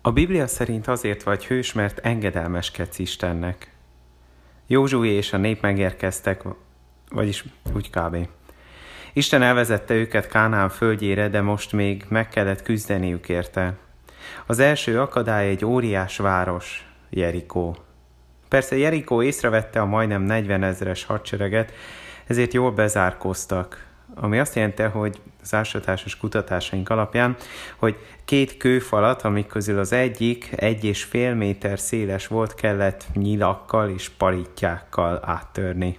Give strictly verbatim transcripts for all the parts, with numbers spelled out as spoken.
A Biblia szerint azért vagy hős, mert engedelmeskedsz Istennek. Józsué és a nép megérkeztek, vagyis úgy kb. Isten elvezette őket Kánaán földjére, de most még meg kellett küzdeniük érte. Az első akadály egy óriás város, Jerikó. Persze Jerikó észrevette a majdnem negyvenezres hadsereget, ezért jól bezárkóztak. Ami azt jelenti, hogy az ásatásos kutatásaink alapján, hogy két kőfalat, amik közül az egyik egy és fél méter széles volt, kellett nyilakkal és parittyákkal áttörni.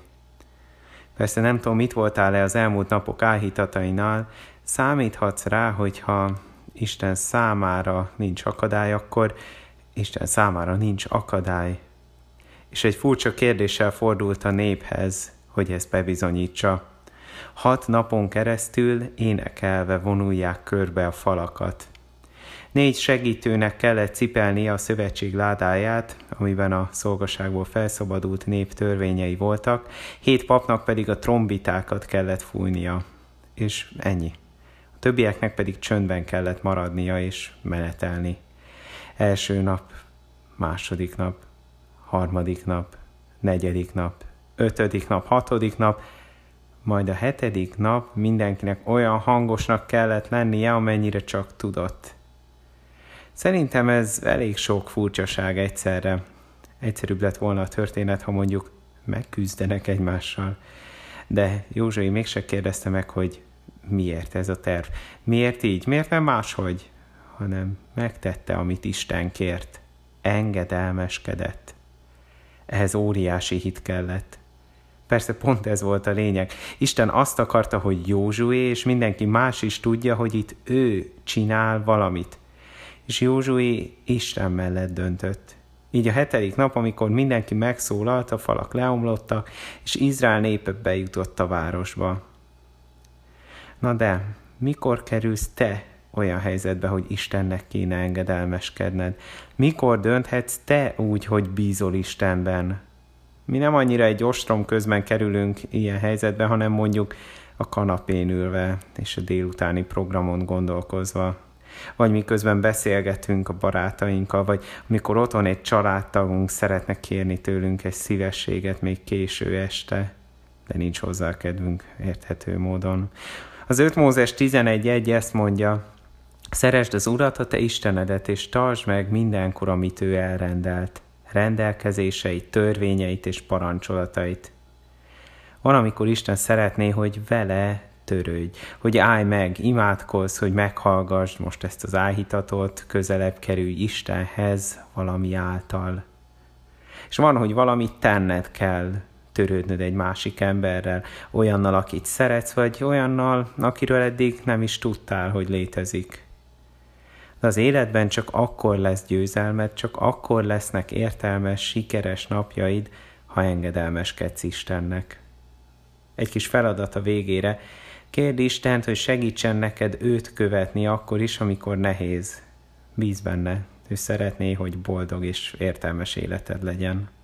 Persze nem tudom, mit voltál-e az elmúlt napok áhítatainál, számíthatsz rá, hogyha Isten számára nincs akadály, akkor Isten számára nincs akadály. És egy furcsa kérdéssel fordult a néphez, hogy ezt bebizonyítsa. Hat napon keresztül énekelve vonulják körbe a falakat. Négy segítőnek kellett cipelnie a szövetség ládáját, amiben a szolgaságból felszabadult nép törvényei voltak, hét papnak pedig a trombitákat kellett fújnia. És ennyi. A többieknek pedig csöndben kellett maradnia és menetelni. Első nap, második nap, harmadik nap, negyedik nap, ötödik nap, hatodik nap, majd a hetedik nap mindenkinek olyan hangosnak kellett lennie, amennyire csak tudott. Szerintem ez elég sok furcsaság egyszerre. Egyszerűbb lett volna a történet, ha mondjuk megküzdenek egymással. De Józsué mégse kérdezte meg, hogy miért ez a terv. Miért így? Miért nem máshogy? Hanem megtette, amit Isten kért. Engedelmeskedett. Ehhez óriási hit kellett. Persze pont ez volt a lényeg. Isten azt akarta, hogy Józsué és mindenki más is tudja, hogy itt ő csinál valamit. És Józsué Isten mellett döntött. Így a hetedik nap, amikor mindenki megszólalt, a falak leomlottak, és Izrael népe bejutott a városba. Na de, mikor kerülsz te olyan helyzetbe, hogy Istennek kéne engedelmeskedned? Mikor dönthetsz te úgy, hogy bízol Istenben? Mi nem annyira egy ostrom közben kerülünk ilyen helyzetbe, hanem mondjuk a kanapén ülve és a délutáni programon gondolkozva. Vagy miközben beszélgetünk a barátainkkal, vagy amikor otthon egy családtagunk szeretne kérni tőlünk egy szívességet még késő este, de nincs hozzá kedvünk érthető módon. Az öt Mózes tizenegy egy ezt mondja: szeresd az Urat, a te Istenedet, és tartsd meg mindenkor, amit ő elrendelt, rendelkezéseit, törvényeit és parancsolatait. Van, amikor Isten szeretné, hogy vele törődj, hogy állj meg, imádkozz, hogy meghallgassd most ezt az áhítatot, közelebb kerülj Istenhez valami által. És van, hogy valamit tenned kell, törődnöd egy másik emberrel, olyannal, akit szeretsz, vagy olyannal, akiről eddig nem is tudtál, hogy létezik. De az életben csak akkor lesz győzelmed, csak akkor lesznek értelmes, sikeres napjaid, ha engedelmeskedsz Istennek. Egy kis feladat a végére: kérd Istent, hogy segítsen neked őt követni akkor is, amikor nehéz. Bízz benne, ő szeretné, hogy boldog és értelmes életed legyen.